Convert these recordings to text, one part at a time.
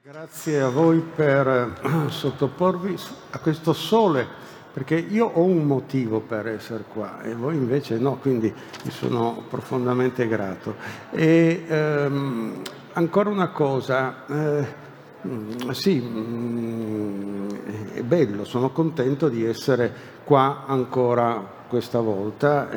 Grazie a voi per sottoporvi a questo sole, perché io ho un motivo per essere qua e voi invece no, quindi vi sono profondamente grato. E ancora una cosa, sì, è bello, sono contento di essere qua ancora questa volta.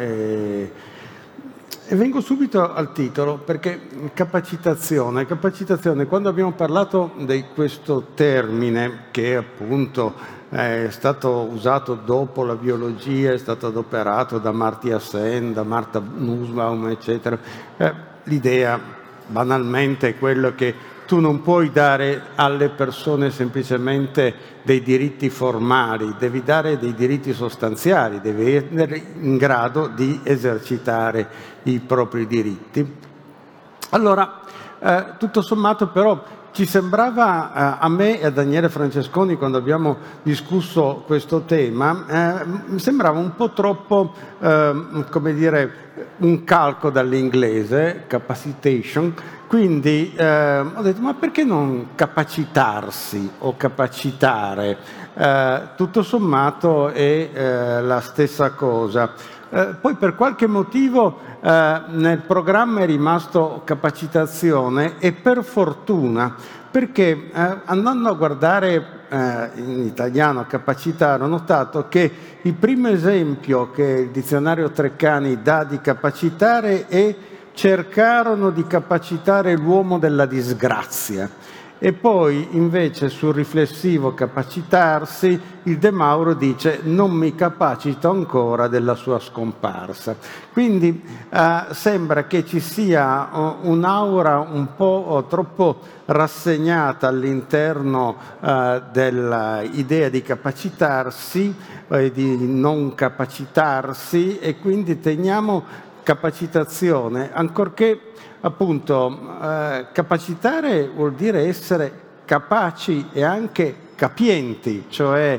E vengo subito al titolo, perché capacitazione, quando abbiamo parlato di questo termine che appunto è stato usato dopo la biologia, è stato adoperato da Amartya Sen, da Martha Nussbaum, eccetera, l'idea banalmente è quello che tu non puoi dare alle persone semplicemente dei diritti formali, devi dare dei diritti sostanziali, devi essere in grado di esercitare i propri diritti. Allora, tutto sommato però ci sembrava, a me e a Daniele Francesconi, quando abbiamo discusso questo tema, mi sembrava un po' troppo, come dire, un calco dall'inglese, capacitation, quindi ho detto, ma perché non capacitarsi o capacitare? Tutto sommato è la stessa cosa. Poi per qualche motivo nel programma è rimasto capacitazione e per fortuna, perché andando a guardare in italiano capacitare ho notato che il primo esempio che il dizionario Treccani dà di capacitare è cercarono di capacitare l'uomo della disgrazia. E poi invece sul riflessivo capacitarsi il De Mauro dice non mi capacito ancora della sua scomparsa. Quindi sembra che ci sia un'aura un po' troppo rassegnata all'interno dell'idea di capacitarsi, di non capacitarsi, e quindi teniamo capacitazione, ancorché appunto capacitare vuol dire essere capaci e anche capienti, cioè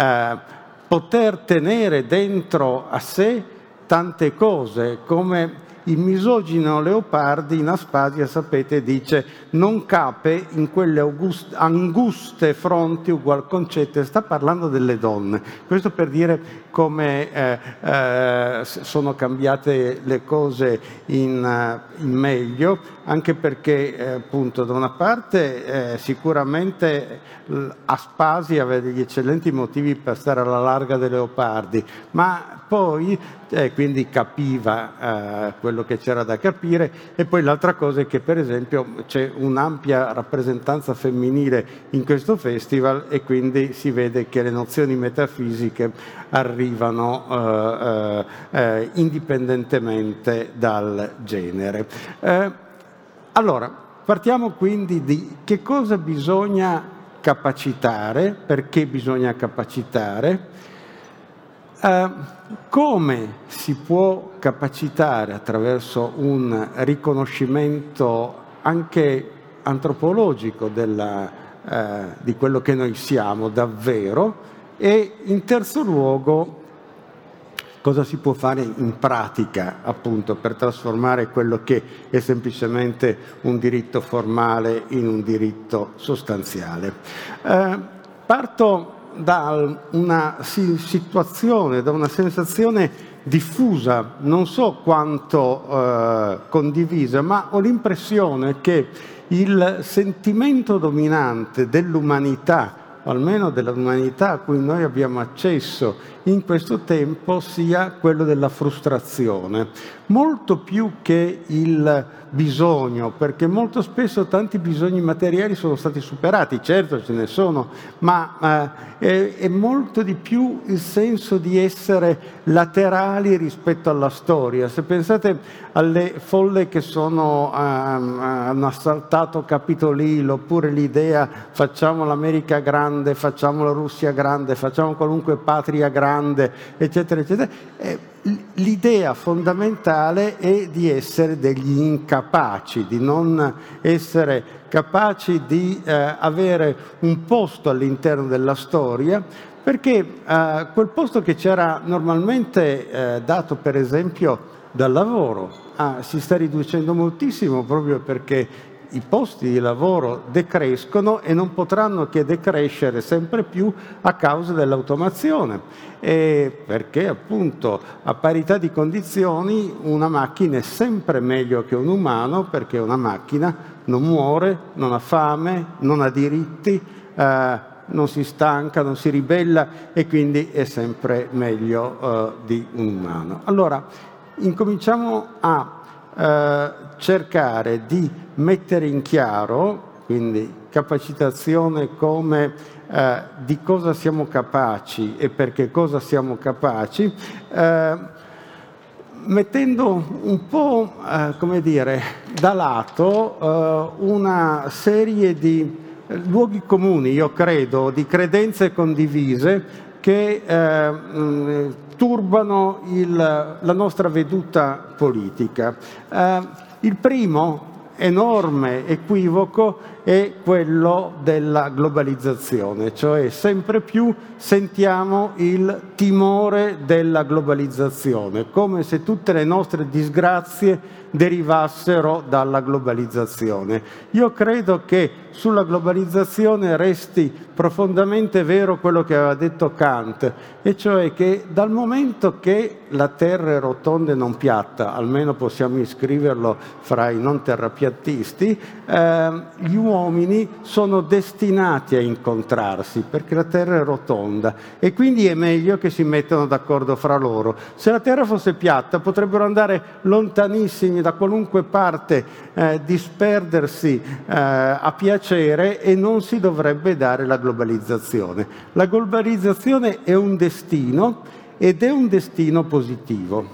poter tenere dentro a sé tante cose, come il misogino Leopardi in Aspasia, sapete, dice non cape in quelle anguste fronti ugual concette, sta parlando delle donne. Questo per dire come sono cambiate le cose in meglio, anche perché appunto da una parte sicuramente Aspasia aveva degli eccellenti motivi per stare alla larga dei Leopardi, ma poi quindi capiva quello che c'era da capire. E poi l'altra cosa è che per esempio c'è un'ampia rappresentanza femminile in questo festival e quindi si vede che le nozioni metafisiche arrivano indipendentemente dal genere. Allora, partiamo quindi di che cosa bisogna capacitare, perché bisogna capacitare, come si può capacitare attraverso un riconoscimento anche antropologico di quello che noi siamo davvero, e in terzo luogo cosa si può fare in pratica appunto per trasformare quello che è semplicemente un diritto formale in un diritto sostanziale. Parto da una situazione, da una sensazione diffusa, non so quanto condivisa, ma ho l'impressione che il sentimento dominante dell'umanità, o almeno dell'umanità a cui noi abbiamo accesso in questo tempo, sia quello della frustrazione, molto più che il bisogno, perché molto spesso tanti bisogni materiali sono stati superati, certo ce ne sono, ma è molto di più il senso di essere laterali rispetto alla storia. Se pensate alle folle che hanno assaltato Capitolino, oppure l'idea facciamo l'America grande, facciamo la Russia grande, facciamo qualunque patria grande, eccetera, eccetera, l'idea fondamentale è di essere degli incapaci, di non essere capaci di avere un posto all'interno della storia, perché quel posto che c'era normalmente dato per esempio dal lavoro si sta riducendo moltissimo, proprio perché i posti di lavoro decrescono e non potranno che decrescere sempre più a causa dell'automazione, perché appunto a parità di condizioni una macchina è sempre meglio che un umano, perché una macchina non muore, non ha fame, non ha diritti, non si stanca, non si ribella e quindi è sempre meglio di un umano. Allora, incominciamo a cercare di mettere in chiaro, quindi capacitazione come di cosa siamo capaci e perché cosa siamo capaci, mettendo un po', come dire, da lato una serie di luoghi comuni, io credo, di credenze condivise che turbano la nostra veduta politica. Il primo enorme equivoco è quello della globalizzazione, cioè sempre più sentiamo il timore della globalizzazione, come se tutte le nostre disgrazie derivassero dalla globalizzazione. Io credo che sulla globalizzazione resti profondamente vero quello che aveva detto Kant, e cioè che dal momento che la Terra è rotonda e non piatta, almeno possiamo iscriverlo fra i non terrapiattisti, gli uomini sono destinati a incontrarsi perché la Terra è rotonda e quindi è meglio che si mettano d'accordo fra loro. Se la Terra fosse piatta potrebbero andare lontanissimi da qualunque parte, disperdersi a piacere e non si dovrebbe dare la globalizzazione. La globalizzazione è un destino ed è un destino positivo.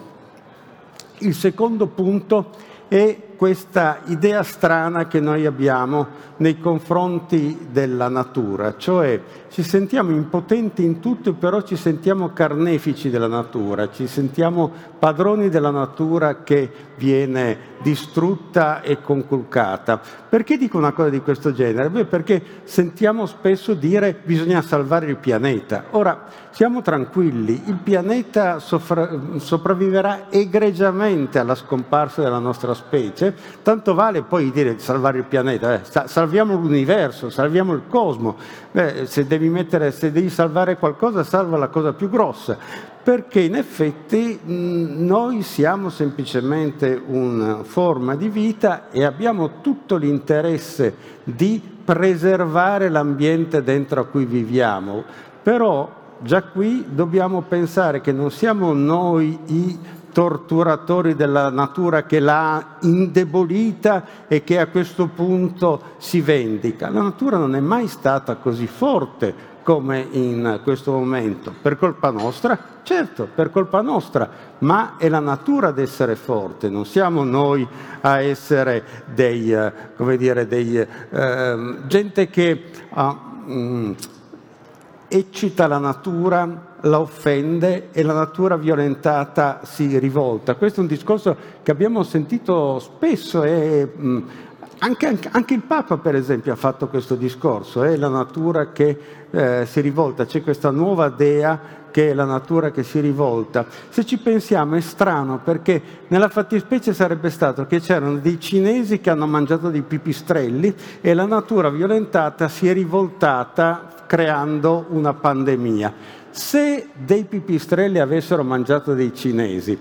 Il secondo punto è questa idea strana che noi abbiamo nei confronti della natura, cioè ci sentiamo impotenti in tutto, però ci sentiamo carnefici della natura, ci sentiamo padroni della natura che viene distrutta e conculcata. Perché dico una cosa di questo genere? Beh, perché sentiamo spesso dire bisogna salvare il pianeta. Ora, siamo tranquilli, il pianeta sopravviverà egregiamente alla scomparsa della nostra specie, tanto vale poi dire salvare il pianeta, salviamo l'universo, salviamo il cosmo. Se devi salvare qualcosa, salva la cosa più grossa, perché in effetti noi siamo semplicemente una forma di vita e abbiamo tutto l'interesse di preservare l'ambiente dentro a cui viviamo, però già qui dobbiamo pensare che non siamo noi i torturatori della natura che l'ha indebolita e che a questo punto si vendica. La natura non è mai stata così forte come in questo momento. Per colpa nostra? Certo, per colpa nostra, ma è la natura ad essere forte, non siamo noi a essere gente che eccita la natura, la offende e la natura violentata si rivolta. Questo è un discorso che abbiamo sentito spesso e anche il Papa, per esempio, ha fatto questo discorso. È la natura che si rivolta, c'è questa nuova dea che è la natura che si rivolta. Se ci pensiamo è strano, perché nella fattispecie sarebbe stato che c'erano dei cinesi che hanno mangiato dei pipistrelli e la natura violentata si è rivoltata creando una pandemia. Se dei pipistrelli avessero mangiato dei cinesi,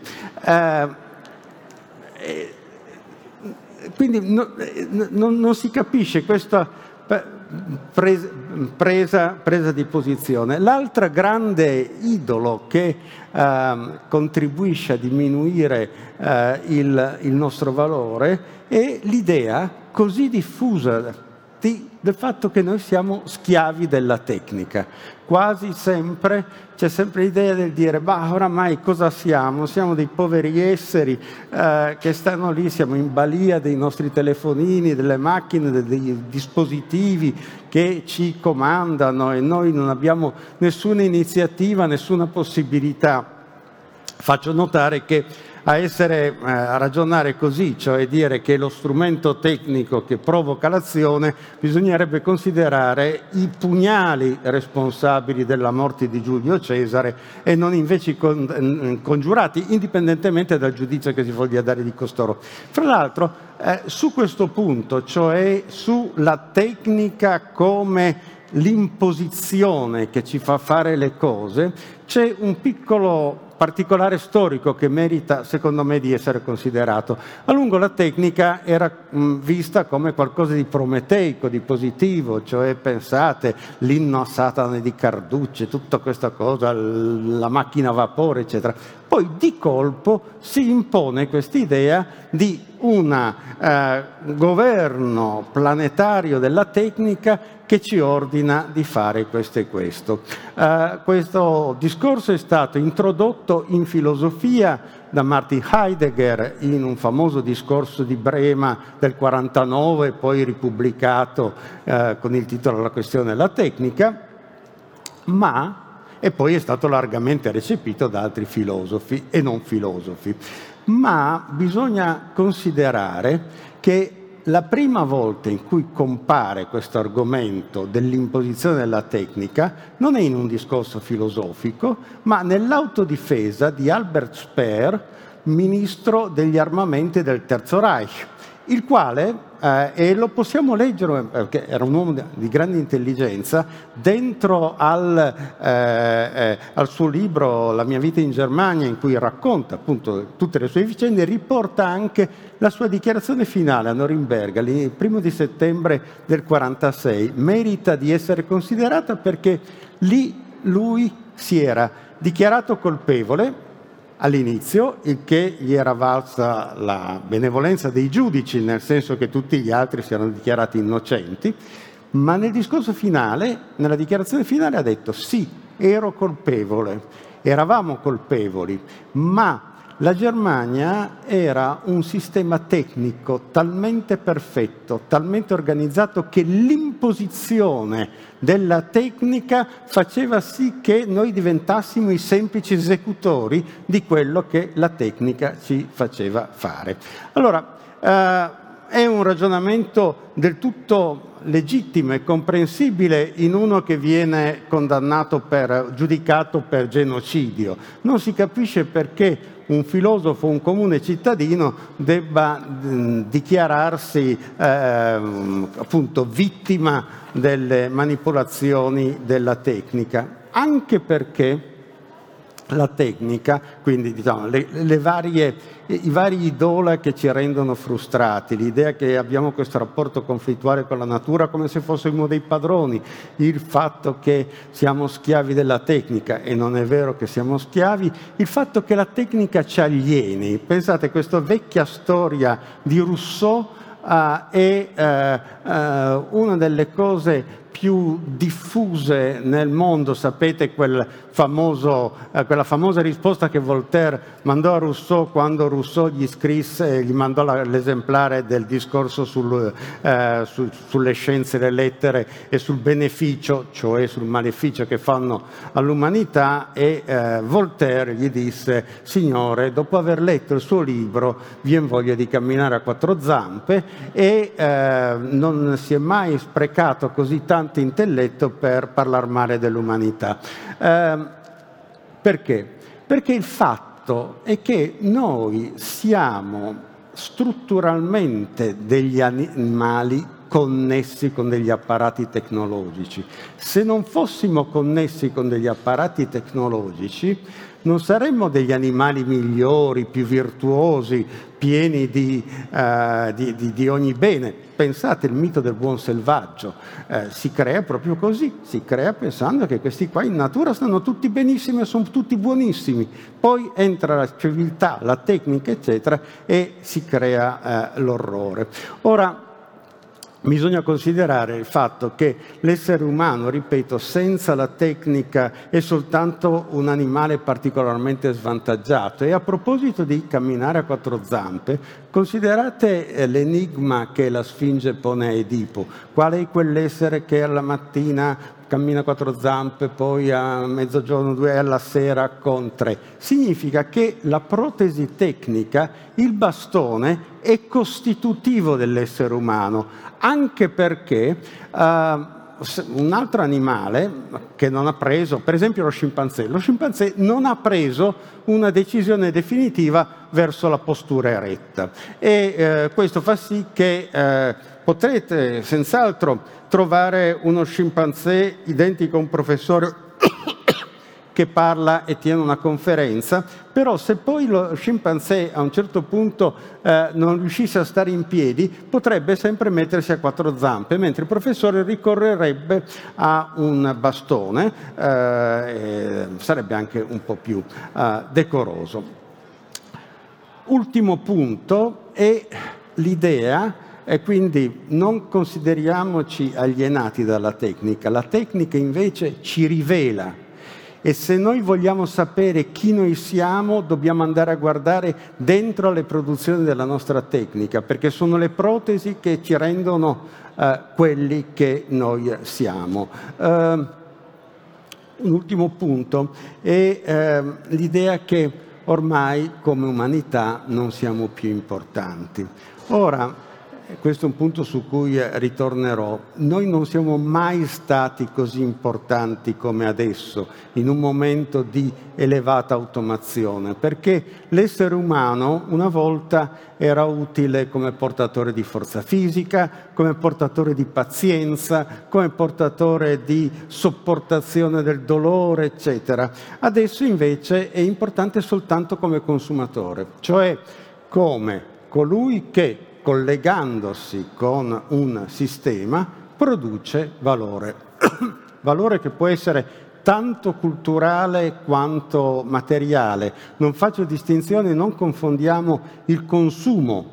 quindi non si capisce questa presa di posizione. L'altra grande idolo che contribuisce a diminuire il nostro valore è l'idea così diffusa del fatto che noi siamo schiavi della tecnica. Quasi sempre c'è sempre l'idea del dire oramai cosa siamo? Siamo dei poveri esseri che stanno lì, siamo in balia dei nostri telefonini, delle macchine, dei dispositivi che ci comandano e noi non abbiamo nessuna iniziativa, nessuna possibilità. Faccio notare che a ragionare così, cioè dire che lo strumento tecnico che provoca l'azione, bisognerebbe considerare i pugnali responsabili della morte di Giulio Cesare e non invece i congiurati, indipendentemente dal giudizio che si voglia dare di costoro. Fra l'altro, su questo punto, cioè sulla tecnica come l'imposizione che ci fa fare le cose, c'è un piccolo particolare storico che merita, secondo me, di essere considerato. A lungo la tecnica era vista come qualcosa di prometeico, di positivo, cioè pensate l'inno a Satana di Carducci, tutta questa cosa, la macchina a vapore, eccetera. Poi di colpo si impone quest'idea di un governo planetario della tecnica che ci ordina di fare questo e questo. Questo discorso è stato introdotto in filosofia da Martin Heidegger in un famoso discorso di Brema del 49, poi ripubblicato con il titolo La questione della tecnica, e poi è stato largamente recepito da altri filosofi e non filosofi. Ma bisogna considerare che la prima volta in cui compare questo argomento dell'imposizione della tecnica non è in un discorso filosofico, ma nell'autodifesa di Albert Speer, ministro degli armamenti del Terzo Reich, il quale, e lo possiamo leggere perché era un uomo di grande intelligenza, dentro al suo libro La mia vita in Germania, in cui racconta appunto tutte le sue vicende, riporta anche la sua dichiarazione finale a Norimberga, il 1° settembre del 46. Merita di essere considerata perché lì lui si era dichiarato colpevole all'inizio, il che gli era valsa la benevolenza dei giudici, nel senso che tutti gli altri si erano dichiarati innocenti, ma nel discorso finale, nella dichiarazione finale, ha detto sì, ero colpevole, eravamo colpevoli, ma la Germania era un sistema tecnico talmente perfetto, talmente organizzato, che l'imposizione della tecnica faceva sì che noi diventassimo i semplici esecutori di quello che la tecnica ci faceva fare. Allora, è un ragionamento del tutto legittimo e comprensibile in uno che viene giudicato per genocidio. Non si capisce perché un filosofo, un comune cittadino debba dichiararsi appunto vittima delle manipolazioni della tecnica, anche perché la tecnica, quindi diciamo, i vari idola che ci rendono frustrati, l'idea che abbiamo questo rapporto conflittuale con la natura come se fossimo dei padroni, il fatto che siamo schiavi della tecnica, e non è vero che siamo schiavi, il fatto che la tecnica ci alieni. Pensate, questa vecchia storia di Rousseau è una delle cose più diffuse nel mondo. Sapete quella famosa risposta che Voltaire mandò a Rousseau quando Rousseau gli mandò l'esemplare del discorso sulle scienze e le lettere e sul beneficio, cioè sul maleficio che fanno all'umanità, e Voltaire gli disse: signore, dopo aver letto il suo libro vien voglia di camminare a quattro zampe, e non si è mai sprecato così tanto intelletto per parlare male dell'umanità. Perché? Perché il fatto è che noi siamo strutturalmente degli animali connessi con degli apparati tecnologici. Se non fossimo connessi con degli apparati tecnologici, non saremmo degli animali migliori, più virtuosi, pieni di ogni bene. Pensate, il mito del buon selvaggio si crea proprio così, si crea pensando che questi qua in natura stanno tutti benissimo e sono tutti buonissimi. Poi entra la civiltà, la tecnica, eccetera, e si crea l'orrore. Ora, bisogna considerare il fatto che l'essere umano, ripeto, senza la tecnica è soltanto un animale particolarmente svantaggiato. E a proposito di camminare a quattro zampe, considerate l'enigma che la Sfinge pone a Edipo. Qual è quell'essere che alla mattina cammina a 4 zampe, poi a mezzogiorno 2 e alla sera con 3. Significa che la protesi tecnica, il bastone, è costitutivo dell'essere umano, anche perché un altro animale che non ha preso, per esempio lo scimpanzé non ha preso una decisione definitiva verso la postura eretta, e questo fa sì che potrete senz'altro trovare uno scimpanzé identico a un professore che parla e tiene una conferenza, però se poi lo scimpanzé a un certo punto non riuscisse a stare in piedi, potrebbe sempre mettersi a 4 zampe, mentre il professore ricorrerebbe a un bastone, sarebbe anche un po' più decoroso. Ultimo punto è l'idea, e quindi non consideriamoci alienati dalla tecnica. La tecnica invece ci rivela, e se noi vogliamo sapere chi noi siamo, dobbiamo andare a guardare dentro le produzioni della nostra tecnica, perché sono le protesi che ci rendono quelli che noi siamo. Un ultimo punto è l'idea che ormai come umanità non siamo più importanti. Ora, questo è un punto su cui ritornerò. Noi non siamo mai stati così importanti come adesso, in un momento di elevata automazione, perché l'essere umano una volta era utile come portatore di forza fisica, come portatore di pazienza, come portatore di sopportazione del dolore, eccetera. Adesso invece è importante soltanto come consumatore, cioè come colui che, collegandosi con un sistema, produce valore. Valore che può essere tanto culturale quanto materiale. Non faccio distinzione, non confondiamo il consumo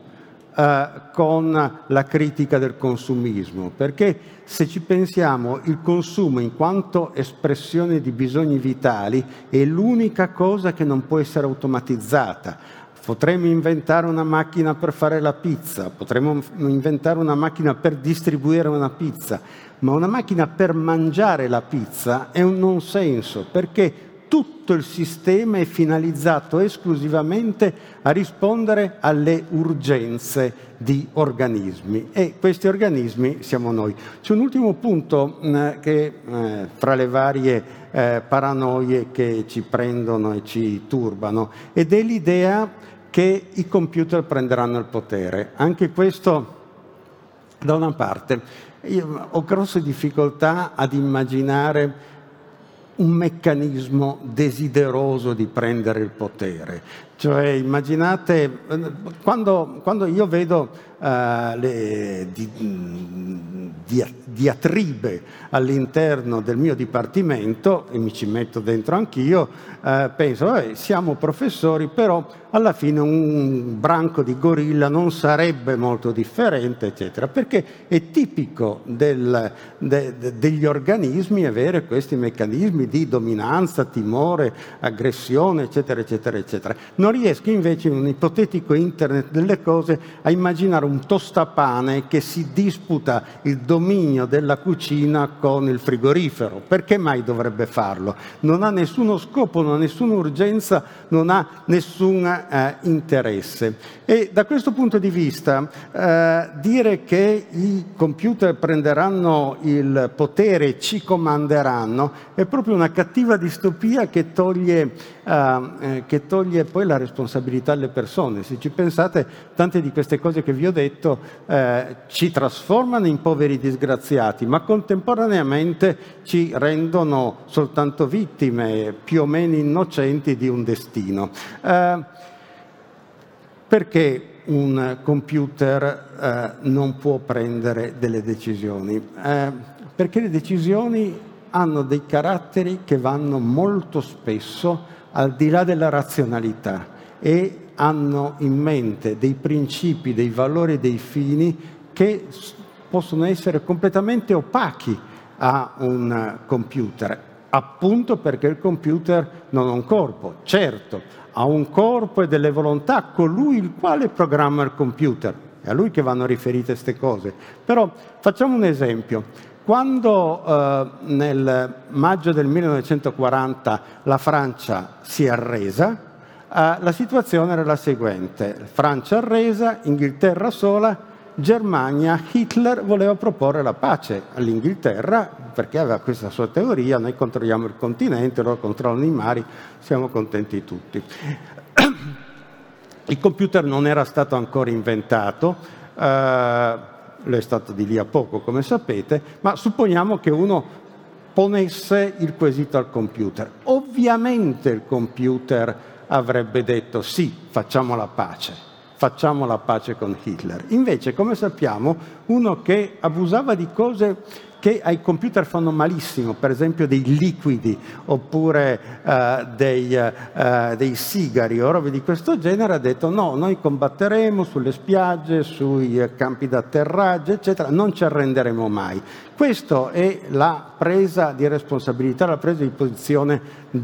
con la critica del consumismo, perché se ci pensiamo, il consumo in quanto espressione di bisogni vitali è l'unica cosa che non può essere automatizzata. Potremmo inventare una macchina per fare la pizza, potremmo inventare una macchina per distribuire una pizza, ma una macchina per mangiare la pizza è un non senso, perché tutto il sistema è finalizzato esclusivamente a rispondere alle urgenze di organismi, e questi organismi siamo noi. C'è un ultimo punto che fra le varie paranoie che ci prendono e ci turbano, ed è l'idea che i computer prenderanno il potere. Anche questo, da una parte, io ho grosse difficoltà ad immaginare un meccanismo desideroso di prendere il potere. Cioè, immaginate, quando io vedo le diatribe all'interno del mio dipartimento, e mi ci metto dentro anch'io, penso, siamo professori, però alla fine un branco di gorilla non sarebbe molto differente, eccetera, perché è tipico degli organismi avere questi meccanismi di dominanza, timore, aggressione, eccetera, eccetera, eccetera. Non riesco invece, in un ipotetico internet delle cose, a immaginare un tostapane che si disputa il dominio della cucina con il frigorifero. Perché mai dovrebbe farlo? Non ha nessuno scopo, non ha nessuna urgenza, non ha nessun interesse. E da questo punto di vista dire che i computer prenderanno il potere e ci comanderanno è proprio una cattiva distopia che toglie poi la responsabilità alle persone. Se ci pensate, tante di queste cose che vi ho detto ci trasformano in poveri disgraziati, ma contemporaneamente ci rendono soltanto vittime più o meno innocenti di un destino. Perché un computer non può prendere delle decisioni? Perché le decisioni hanno dei caratteri che vanno molto spesso al di là della razionalità e hanno in mente dei principi, dei valori, dei fini che possono essere completamente opachi a un computer, appunto perché il computer non ha un corpo. Certo, ha un corpo e delle volontà colui il quale programma il computer, è a lui che vanno riferite queste cose. Però facciamo un esempio. Quando nel maggio del 1940 la Francia si è arresa, la situazione era la seguente: Francia arresa, Inghilterra sola, Germania. Hitler voleva proporre la pace all'Inghilterra perché aveva questa sua teoria: noi controlliamo il continente, loro controllano i mari, siamo contenti tutti. Il computer non era stato ancora inventato, è stato di lì a poco, come sapete, ma supponiamo che uno ponesse il quesito al computer. Ovviamente il computer avrebbe detto sì, facciamo la pace con Hitler. Invece, come sappiamo, uno che abusava di cose che ai computer fanno malissimo, per esempio dei liquidi oppure dei sigari o robe di questo genere, ha detto no, noi combatteremo sulle spiagge, sui campi d'atterraggio, eccetera, non ci arrenderemo mai. Questa è la presa di responsabilità, la presa di posizione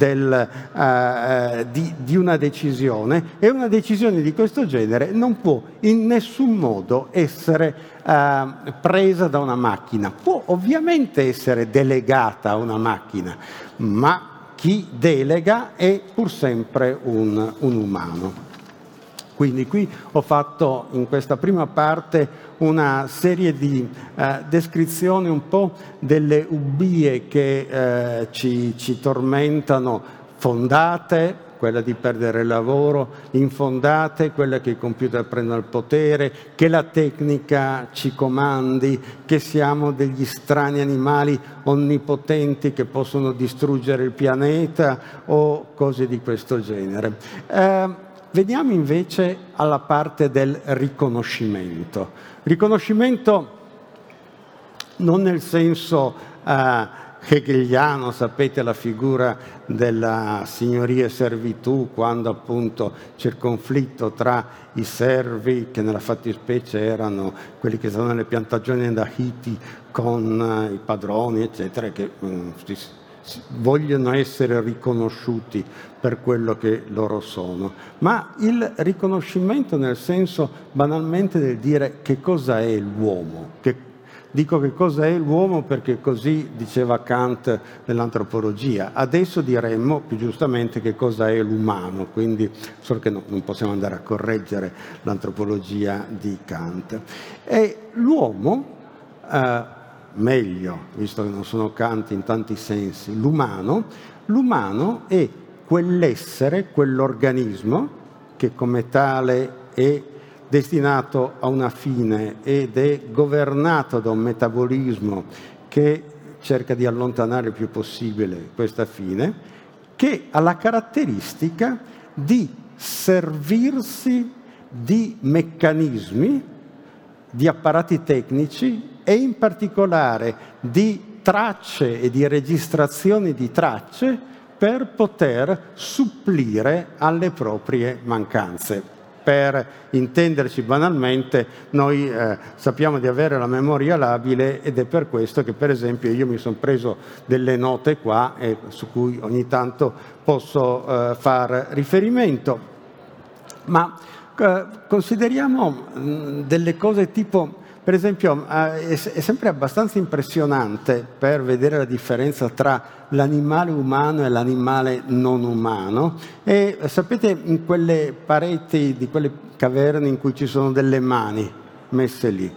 di una decisione, e una decisione di questo genere non può in nessun modo essere presa da una macchina. Può ovviamente essere delegata a una macchina, ma chi delega è pur sempre un umano. Quindi qui ho fatto in questa prima parte una serie di descrizioni un po' delle ubbie che ci tormentano, fondate, quella di perdere il lavoro, infondate, quella che i computer prendono il potere, che la tecnica ci comandi, che siamo degli strani animali onnipotenti che possono distruggere il pianeta o cose di questo genere. Veniamo invece alla parte del riconoscimento. Riconoscimento non nel senso hegeliano, sapete, la figura della signoria e servitù, quando appunto c'è il conflitto tra i servi, che nella fattispecie erano quelli che stavano nelle piantagioni da Haiti, con i padroni, eccetera, che vogliono essere riconosciuti per quello che loro sono, ma il riconoscimento nel senso banalmente del dire che cosa è l'uomo. Dico che cosa è l'uomo perché così diceva Kant nell'antropologia. Adesso diremmo più giustamente che cosa è l'umano, quindi solo che non possiamo andare a correggere l'antropologia di Kant. E l'uomo, meglio, visto che non sono Kant in tanti sensi, l'umano è quell'essere, quell'organismo che come tale è destinato a una fine ed è governato da un metabolismo che cerca di allontanare il più possibile questa fine, che ha la caratteristica di servirsi di meccanismi, di apparati tecnici e in particolare di tracce e di registrazioni di tracce per poter supplire alle proprie mancanze. Per intenderci banalmente, noi sappiamo di avere la memoria labile ed è per questo che, per esempio, io mi sono preso delle note qua su cui ogni tanto posso far riferimento. Ma consideriamo delle cose tipo, per esempio, è sempre abbastanza impressionante per vedere la differenza tra l'animale umano e l'animale non umano. E sapete, in quelle pareti di quelle caverne in cui ci sono delle mani messe lì,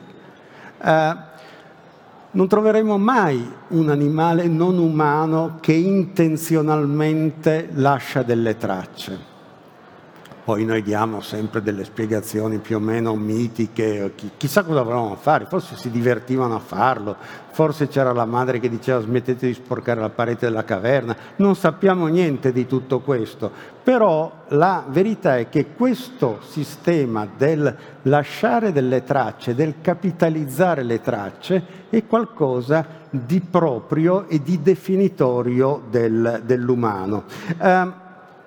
non troveremo mai un animale non umano che intenzionalmente lascia delle tracce. Poi noi diamo sempre delle spiegazioni più o meno mitiche, chissà cosa volevano fare, forse si divertivano a farlo, forse c'era la madre che diceva smettete di sporcare la parete della caverna, non sappiamo niente di tutto questo, però la verità è che questo sistema del lasciare delle tracce, del capitalizzare le tracce, è qualcosa di proprio e di definitorio dell'umano.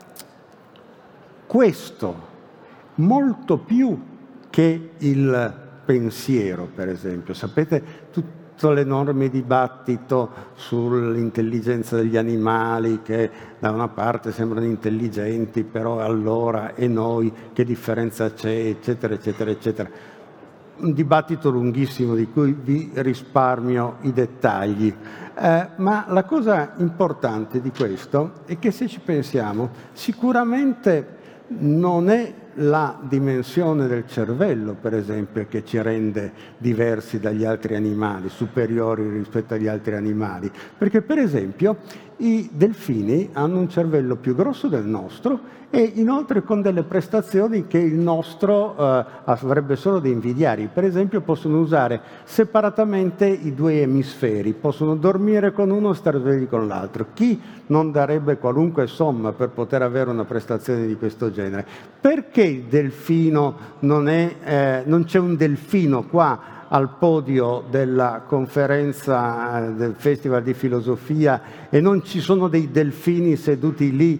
Questo, molto più che il pensiero, per esempio. Sapete tutto l'enorme dibattito sull'intelligenza degli animali, che da una parte sembrano intelligenti, però allora e noi, che differenza c'è, eccetera, eccetera, eccetera. un dibattito lunghissimo di cui vi risparmio i dettagli, ma la cosa importante di questo è che, se ci pensiamo, sicuramente non è la dimensione del cervello, per esempio, che ci rende diversi dagli altri animali, superiori rispetto agli altri animali, perché per esempio i delfini hanno un cervello più grosso del nostro e inoltre con delle prestazioni che il nostro avrebbe solo da invidiare. Per esempio possono usare separatamente i due emisferi, possono dormire con uno e stare svegli con l'altro. Chi non darebbe qualunque somma per poter avere una prestazione di questo genere? Perché il delfino non c'è un delfino qua al podio della conferenza del Festival di Filosofia e non ci sono dei delfini seduti lì?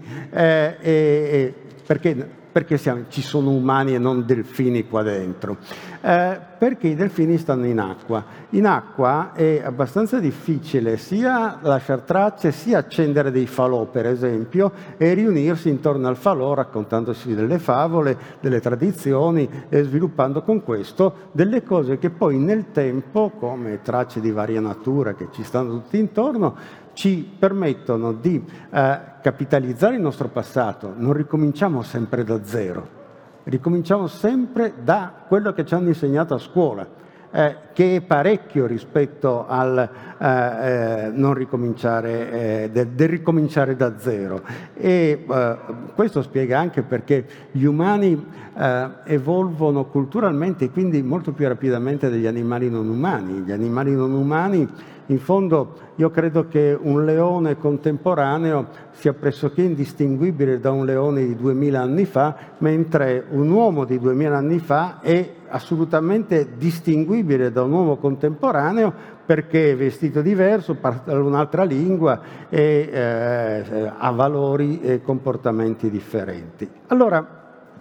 Perché ci sono umani e non delfini qua dentro? Perché i delfini stanno in acqua. In acqua è abbastanza difficile sia lasciar tracce, sia accendere dei falò, per esempio, e riunirsi intorno al falò raccontandosi delle favole, delle tradizioni e sviluppando con questo delle cose che poi nel tempo, come tracce di varia natura che ci stanno tutti intorno, ci permettono di capitalizzare il nostro passato. Non ricominciamo sempre da zero, ricominciamo sempre da quello che ci hanno insegnato a scuola, che è parecchio rispetto al non ricominciare, del ricominciare da zero. E questo spiega anche perché gli umani evolvono culturalmente, quindi molto più rapidamente degli animali non umani. Gli animali non umani, in fondo, io credo che un leone contemporaneo sia pressoché indistinguibile da un leone di 2000 anni fa, mentre un uomo di 2000 anni fa è assolutamente distinguibile da un uomo contemporaneo, perché è vestito diverso, parla un'altra lingua e ha valori e comportamenti differenti. Allora,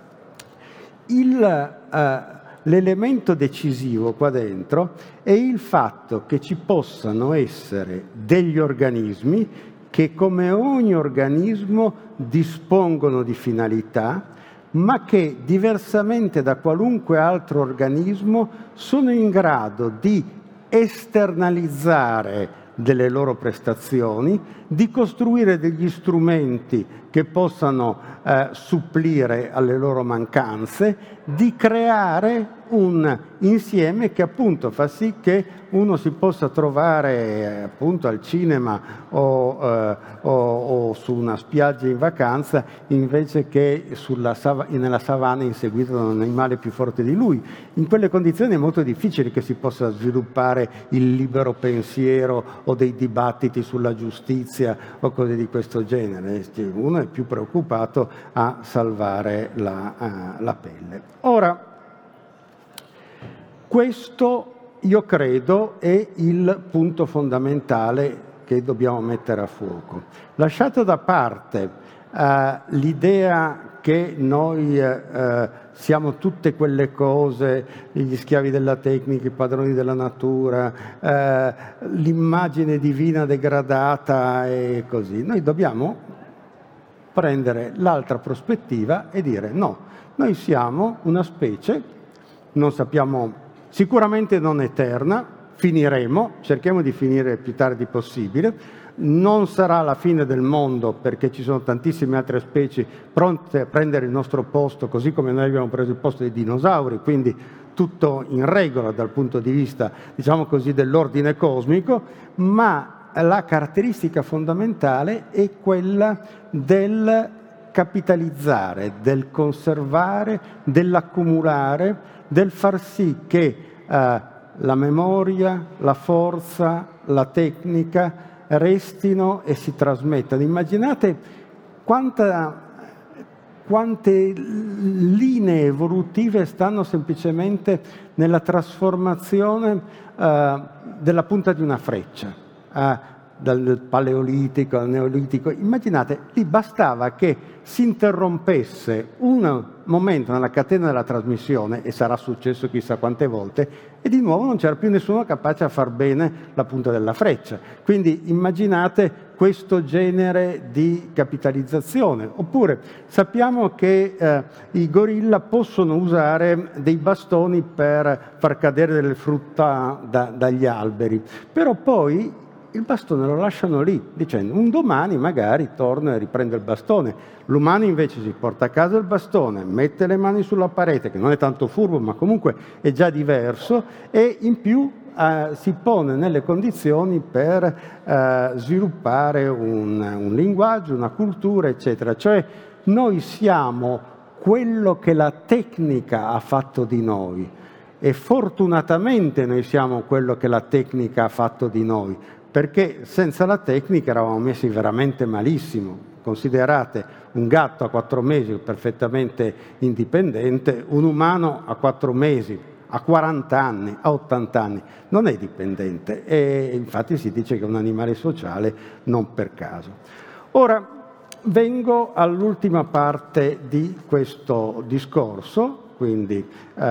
l'elemento decisivo qua dentro è il fatto che ci possano essere degli organismi che, come ogni organismo, dispongono di finalità, ma che, diversamente da qualunque altro organismo, sono in grado di esternalizzare delle loro prestazioni, di costruire degli strumenti che possano supplire alle loro mancanze, di creare un insieme che appunto fa sì che uno si possa trovare appunto al cinema o su una spiaggia in vacanza, invece che nella savana inseguito da un animale più forte di lui. In quelle condizioni è molto difficile che si possa sviluppare il libero pensiero o dei dibattiti sulla giustizia o cose di questo genere. Uno è più preoccupato a salvare la pelle. Ora, questo io credo è il punto fondamentale che dobbiamo mettere a fuoco. Lasciato da parte l'idea che noi siamo tutte quelle cose, gli schiavi della tecnica, i padroni della natura, l'immagine divina degradata e così, noi dobbiamo prendere l'altra prospettiva e dire no, noi siamo una specie, non sappiamo, sicuramente non eterna, finiremo, cerchiamo di finire il più tardi possibile, non sarà la fine del mondo perché ci sono tantissime altre specie pronte a prendere il nostro posto, così come noi abbiamo preso il posto dei dinosauri, quindi tutto in regola dal punto di vista, diciamo così, dell'ordine cosmico, ma la caratteristica fondamentale è quella del capitalizzare, del conservare, dell'accumulare, del far sì che la memoria, la forza, la tecnica restino e si trasmettano. Immaginate quante linee evolutive stanno semplicemente nella trasformazione della punta di una freccia. dal Paleolitico al Neolitico. Immaginate, lì bastava che si interrompesse un momento nella catena della trasmissione, e sarà successo chissà quante volte, e di nuovo non c'era più nessuno capace a far bene la punta della freccia. Quindi immaginate questo genere di capitalizzazione. Oppure sappiamo che i gorilla possono usare dei bastoni per far cadere delle frutta dagli alberi, però poi il bastone lo lasciano lì, dicendo un domani magari torna e riprende il bastone. L'umano invece si porta a casa il bastone, mette le mani sulla parete, che non è tanto furbo, ma comunque è già diverso, e in più si pone nelle condizioni per sviluppare un linguaggio, una cultura, eccetera. Cioè noi siamo quello che la tecnica ha fatto di noi, e fortunatamente noi siamo quello che la tecnica ha fatto di noi, perché senza la tecnica eravamo messi veramente malissimo. Considerate un gatto a 4 mesi perfettamente indipendente, un umano a 4 mesi, a 40 anni, a 80 anni, non è dipendente, e infatti si dice che è un animale sociale non per caso. Ora vengo all'ultima parte di questo discorso, quindi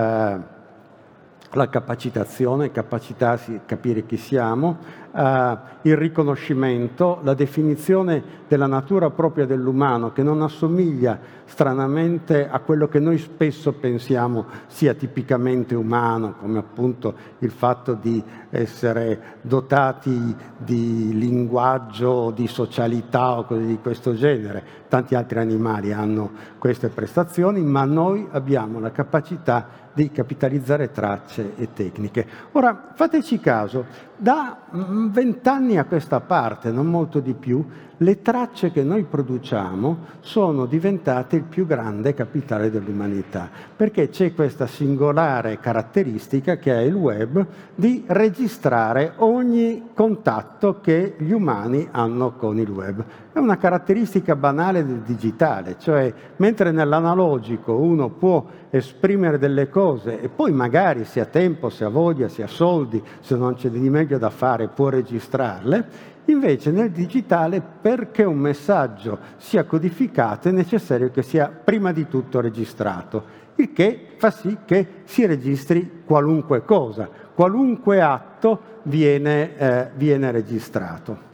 la capacitazione, capacità di capire chi siamo, il riconoscimento, la definizione della natura propria dell'umano, che non assomiglia stranamente a quello che noi spesso pensiamo sia tipicamente umano, come appunto il fatto di essere dotati di linguaggio, di socialità o cose di questo genere. Tanti altri animali hanno queste prestazioni, ma noi abbiamo la capacità di capitalizzare tracce e tecniche. Ora, fateci caso, da 20 anni a questa parte, non molto di più, le tracce che noi produciamo sono diventate il più grande capitale dell'umanità, perché c'è questa singolare caratteristica che ha il web di registrare ogni contatto che gli umani hanno con il web. È una caratteristica banale del digitale, cioè mentre nell'analogico uno può esprimere delle cose e poi magari se ha tempo, se ha voglia, se ha soldi, se non c'è di meglio da fare può registrarle, invece nel digitale, perché un messaggio sia codificato, è necessario che sia prima di tutto registrato, il che fa sì che si registri qualunque cosa, qualunque atto viene registrato.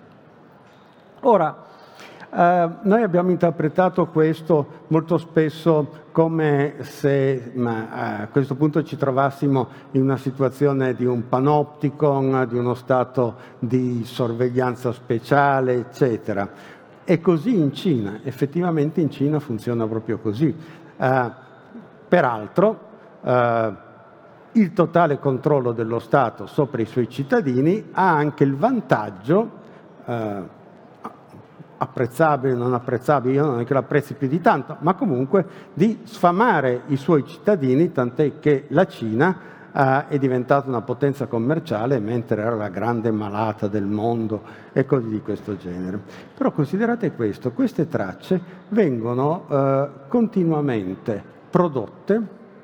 Ora, noi abbiamo interpretato questo molto spesso come se a questo punto ci trovassimo in una situazione di un panopticon, di uno stato di sorveglianza speciale, eccetera. È così in Cina, effettivamente in Cina funziona proprio così. Peraltro, il totale controllo dello Stato sopra i suoi cittadini ha anche il vantaggio, apprezzabile o non apprezzabile, io non è che lo apprezzi più di tanto, ma comunque di sfamare i suoi cittadini, tant'è che la Cina è diventata una potenza commerciale mentre era la grande malata del mondo e cose di questo genere. Però considerate questo, queste tracce vengono continuamente prodotte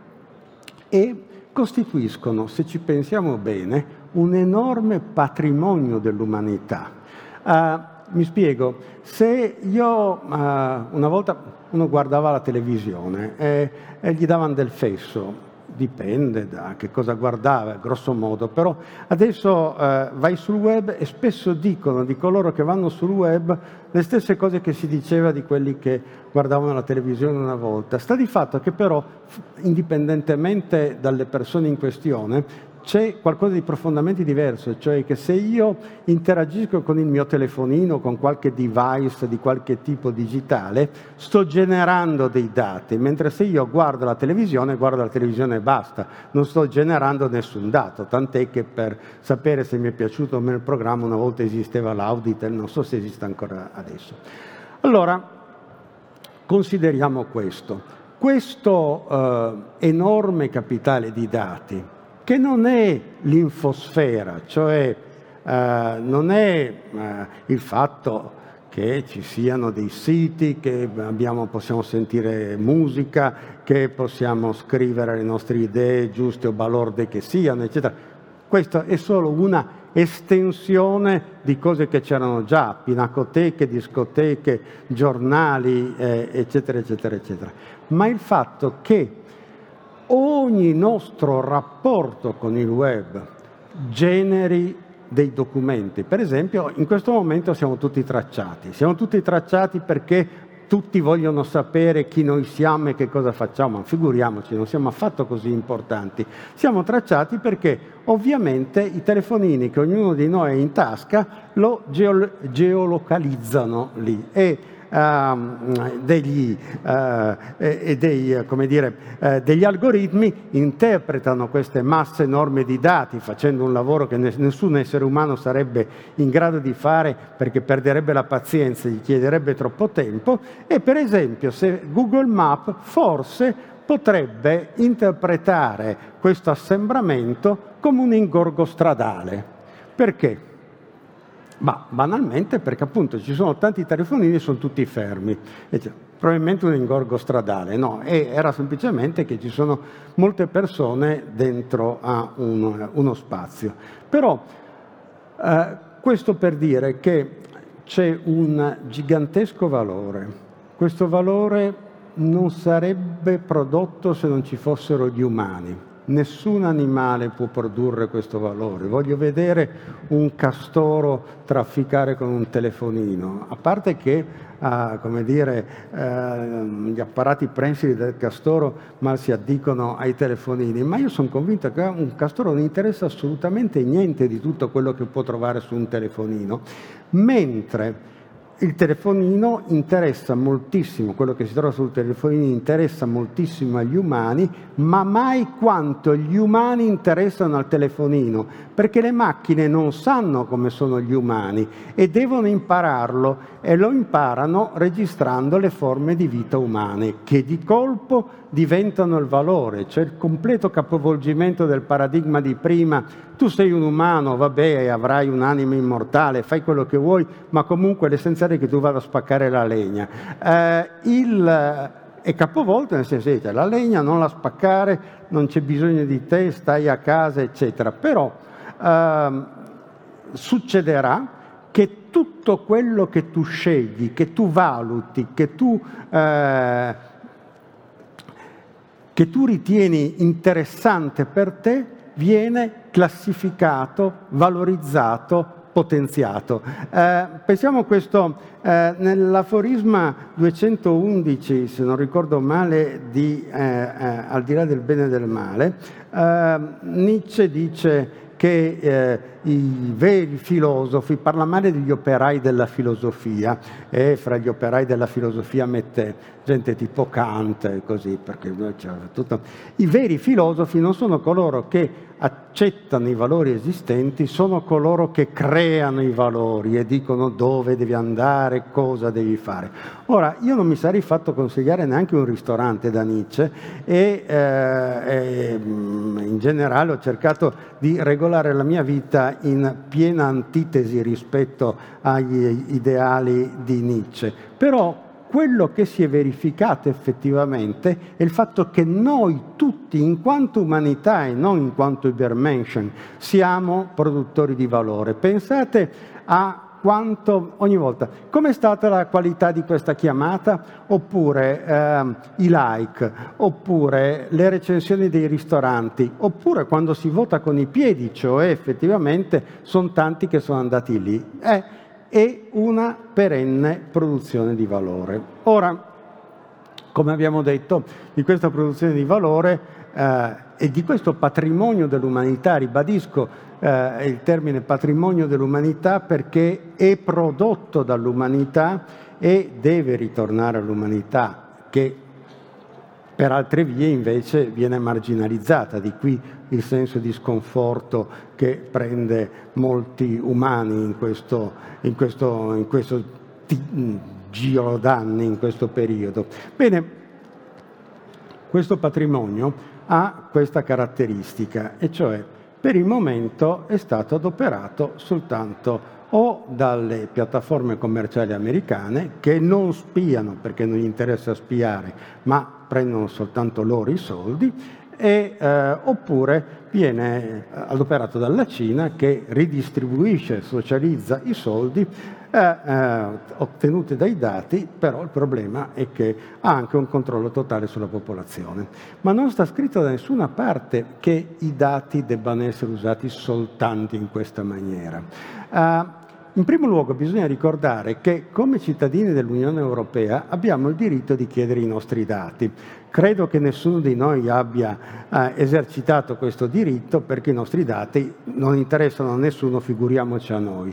e costituiscono, se ci pensiamo bene, un enorme patrimonio dell'umanità. Mi spiego, se io una volta uno guardava la televisione e gli davano del fesso, dipende da che cosa guardava, grosso modo, però adesso vai sul web e spesso dicono di coloro che vanno sul web le stesse cose che si diceva di quelli che guardavano la televisione una volta. Sta di fatto che però, indipendentemente dalle persone in questione, c'è qualcosa di profondamente diverso, cioè che se io interagisco con il mio telefonino, con qualche device di qualche tipo digitale, sto generando dei dati, mentre se io guardo la televisione e basta, non sto generando nessun dato, tant'è che per sapere se mi è piaciuto o meno il programma una volta esisteva l'Auditel, non so se esiste ancora adesso. Allora, consideriamo questo enorme capitale di dati, che non è l'infosfera, cioè non è il fatto che ci siano dei siti, che possiamo sentire musica, che possiamo scrivere le nostre idee, giuste o balorde che siano, eccetera. Questa è solo una estensione di cose che c'erano già, pinacoteche, discoteche, giornali, eccetera, eccetera, eccetera. Ma il fatto che ogni nostro rapporto con il web generi dei documenti. Per esempio, in questo momento siamo tutti tracciati perché tutti vogliono sapere chi noi siamo e che cosa facciamo, ma figuriamoci, non siamo affatto così importanti. Siamo tracciati perché ovviamente i telefonini che ognuno di noi ha in tasca lo geolocalizzano lì e degli algoritmi interpretano queste masse enormi di dati facendo un lavoro che nessun essere umano sarebbe in grado di fare perché perderebbe la pazienza, gli chiederebbe troppo tempo. E per esempio se Google Maps forse potrebbe interpretare questo assembramento come un ingorgo stradale. Perché? Ma banalmente perché appunto ci sono tanti telefonini e sono tutti fermi. E cioè, probabilmente un ingorgo stradale, no, era semplicemente che ci sono molte persone dentro a uno spazio. Però questo per dire che c'è un gigantesco valore. Questo valore non sarebbe prodotto se non ci fossero gli umani. Nessun animale può produrre questo valore. Voglio vedere un castoro trafficare con un telefonino, a parte che gli apparati prensili del castoro mal si addicono ai telefonini, ma io sono convinto che a un castoro non interessa assolutamente niente di tutto quello che può trovare su un telefonino, mentre il telefonino interessa moltissimo, quello che si trova sul telefonino interessa moltissimo agli umani, ma mai quanto gli umani interessano al telefonino, perché le macchine non sanno come sono gli umani e devono impararlo, e lo imparano registrando le forme di vita umane, che di colpo diventano il valore. C'è il completo capovolgimento del paradigma di prima: tu sei un umano, vabbè, avrai un'anima immortale, fai quello che vuoi, ma comunque l'essenziale è che tu vada a spaccare la legna. È capovolto nel senso che la legna non la spaccare, non c'è bisogno di te, stai a casa, eccetera. Però succederà che tutto quello che tu scegli, che tu valuti, che tu ritieni interessante per te, viene classificato, valorizzato, potenziato. Pensiamo a questo, nell'aforisma 211, se non ricordo male, Al di là del bene e del male, Nietzsche dice che i veri filosofi, parla male degli operai della filosofia, e fra gli operai della filosofia mette gente tipo Kant e così, perché c'è tutto. I veri filosofi non sono coloro che accettano i valori esistenti, sono coloro che creano i valori e dicono dove devi andare, cosa devi fare. Ora, io non mi sarei fatto consigliare neanche un ristorante da Nietzsche e in generale ho cercato di regolare la mia vita in piena antitesi rispetto agli ideali di Nietzsche. Però quello che si è verificato effettivamente è il fatto che noi tutti, in quanto umanità e non in quanto Übermenschen, siamo produttori di valore. Pensate a quanto ogni volta, com'è stata la qualità di questa chiamata, oppure i like, oppure le recensioni dei ristoranti, oppure quando si vota con i piedi, cioè effettivamente sono tanti che sono andati lì. È una perenne produzione di valore. Ora, come abbiamo detto, di questa produzione di valore e di questo patrimonio dell'umanità, ribadisco il termine patrimonio dell'umanità perché è prodotto dall'umanità e deve ritornare all'umanità, che per altre vie invece viene marginalizzata. Di qui il senso di sconforto che prende molti umani in questo giro d'anni, in questo periodo. Bene, questo patrimonio ha questa caratteristica, e cioè per il momento è stato adoperato soltanto o dalle piattaforme commerciali americane, che non spiano perché non gli interessa spiare, ma prendono soltanto loro i soldi, oppure viene adoperato dalla Cina, che ridistribuisce, socializza i soldi ottenuti dai dati, però il problema è che ha anche un controllo totale sulla popolazione. Ma non sta scritto da nessuna parte che i dati debbano essere usati soltanto in questa maniera. In primo luogo bisogna ricordare che come cittadini dell'Unione Europea abbiamo il diritto di chiedere i nostri dati. Credo che nessuno di noi abbia esercitato questo diritto, perché i nostri dati non interessano a nessuno, figuriamoci a noi,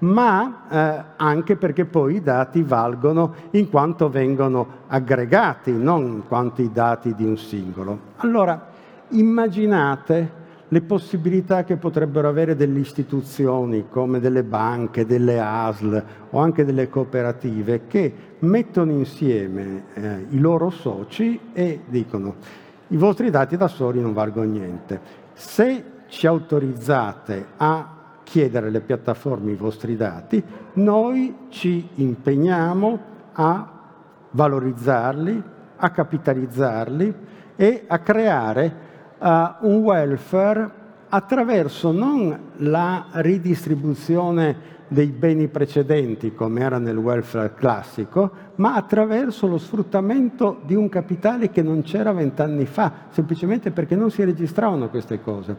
ma anche perché poi i dati valgono in quanto vengono aggregati, non in quanto i dati di un singolo. Allora, immaginate le possibilità che potrebbero avere delle istituzioni come delle banche, delle ASL o anche delle cooperative che mettono insieme i loro soci e dicono: i vostri dati da soli non valgono niente. Se ci autorizzate a chiedere alle piattaforme i vostri dati, noi ci impegniamo a valorizzarli, a capitalizzarli e a creare un welfare attraverso non la ridistribuzione dei beni precedenti, come era nel welfare classico, ma attraverso lo sfruttamento di un capitale che non c'era 20 anni fa, semplicemente perché non si registravano queste cose.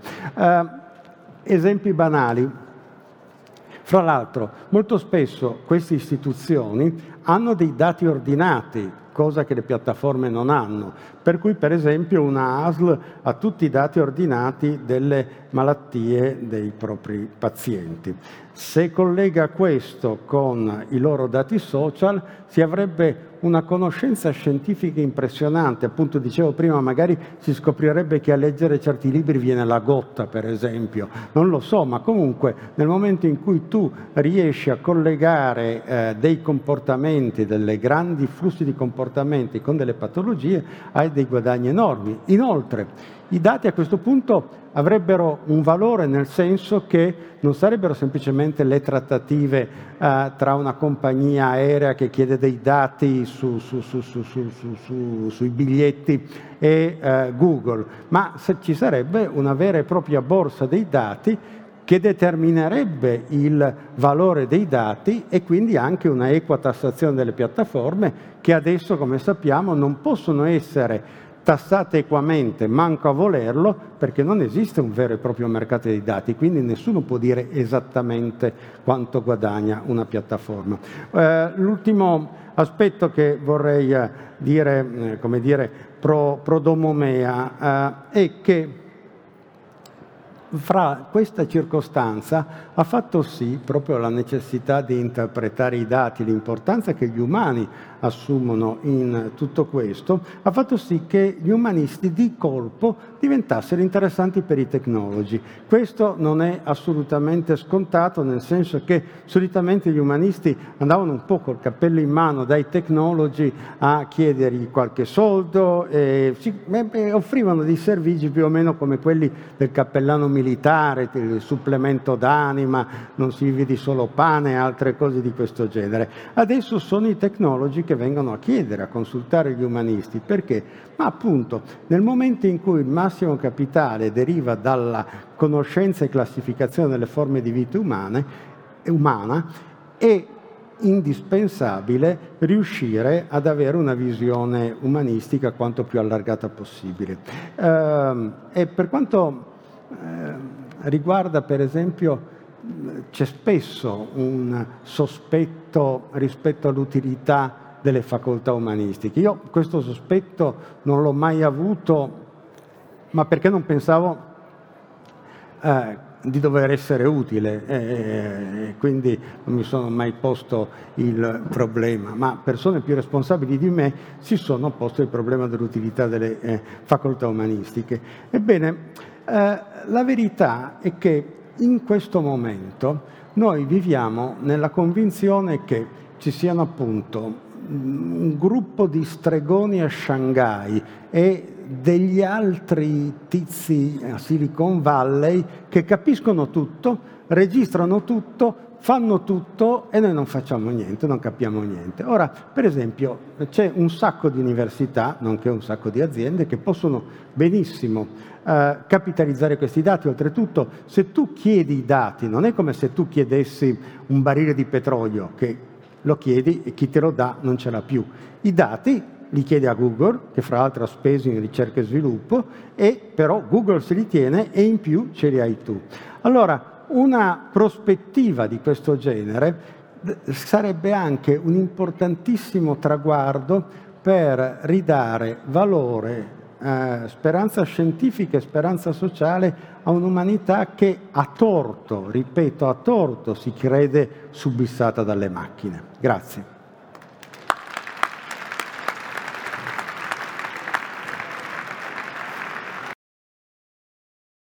Esempi banali. Fra l'altro, molto spesso queste istituzioni hanno dei dati ordinati, cosa che le piattaforme non hanno. Per cui, per esempio, una ASL ha tutti i dati ordinati delle malattie dei propri pazienti. Se collega questo con i loro dati social, si avrebbe una conoscenza scientifica impressionante. Appunto, dicevo prima, magari si scoprirebbe che a leggere certi libri viene la gotta, per esempio. Non lo so, ma comunque nel momento in cui tu riesci a collegare dei comportamenti, dei grandi flussi di comportamenti con delle patologie, hai dei guadagni enormi. Inoltre, i dati a questo punto avrebbero un valore, nel senso che non sarebbero semplicemente le trattative tra una compagnia aerea che chiede dei dati sui biglietti e Google, ma ci sarebbe una vera e propria borsa dei dati che determinerebbe il valore dei dati e quindi anche una equa tassazione delle piattaforme, che adesso, come sappiamo, non possono essere tassate equamente, manco a volerlo, perché non esiste un vero e proprio mercato dei dati, quindi nessuno può dire esattamente quanto guadagna una piattaforma. L'ultimo aspetto che vorrei dire, come dire, pro domo mea, è che fra questa circostanza ha fatto sì, proprio la necessità di interpretare i dati, l'importanza che gli umani assumono in tutto questo, ha fatto sì che gli umanisti di colpo diventassero interessanti per i tecnologi. Questo non è assolutamente scontato, nel senso che solitamente gli umanisti andavano un po' col cappello in mano dai tecnologi a chiedergli qualche soldo e offrivano dei servizi più o meno come quelli del cappellano militare, il supplemento d'anima, non si vive di solo pane e altre cose di questo genere. Adesso sono i tecnologi che vengono a chiedere, a consultare gli umanisti. Perché? Ma appunto, nel momento in cui il massimo capitale deriva dalla conoscenza e classificazione delle forme di vita umana, è indispensabile riuscire ad avere una visione umanistica quanto più allargata possibile. E per quanto riguarda, per esempio, c'è spesso un sospetto rispetto all'utilità delle facoltà umanistiche. Io questo sospetto non l'ho mai avuto, ma perché non pensavo di dover essere utile, quindi non mi sono mai posto il problema, ma persone più responsabili di me si sono posto il problema dell'utilità delle facoltà umanistiche. Ebbene, la verità è che in questo momento noi viviamo nella convinzione che ci siano appunto un gruppo di stregoni a Shanghai e degli altri tizi a Silicon Valley che capiscono tutto, registrano tutto, fanno tutto e noi non facciamo niente, non capiamo niente. Ora, per esempio, c'è un sacco di università, nonché un sacco di aziende, che possono benissimo capitalizzare questi dati. Oltretutto, se tu chiedi i dati, non è come se tu chiedessi un barile di petrolio, che lo chiedi e chi te lo dà non ce l'ha più. I dati li chiedi a Google, che fra l'altro ha speso in ricerca e sviluppo, e però Google se li tiene e in più ce li hai tu. Allora, una prospettiva di questo genere sarebbe anche un importantissimo traguardo per ridare valore, speranza scientifica e speranza sociale a un'umanità che a torto, ripeto, a torto si crede subissata dalle macchine. Grazie.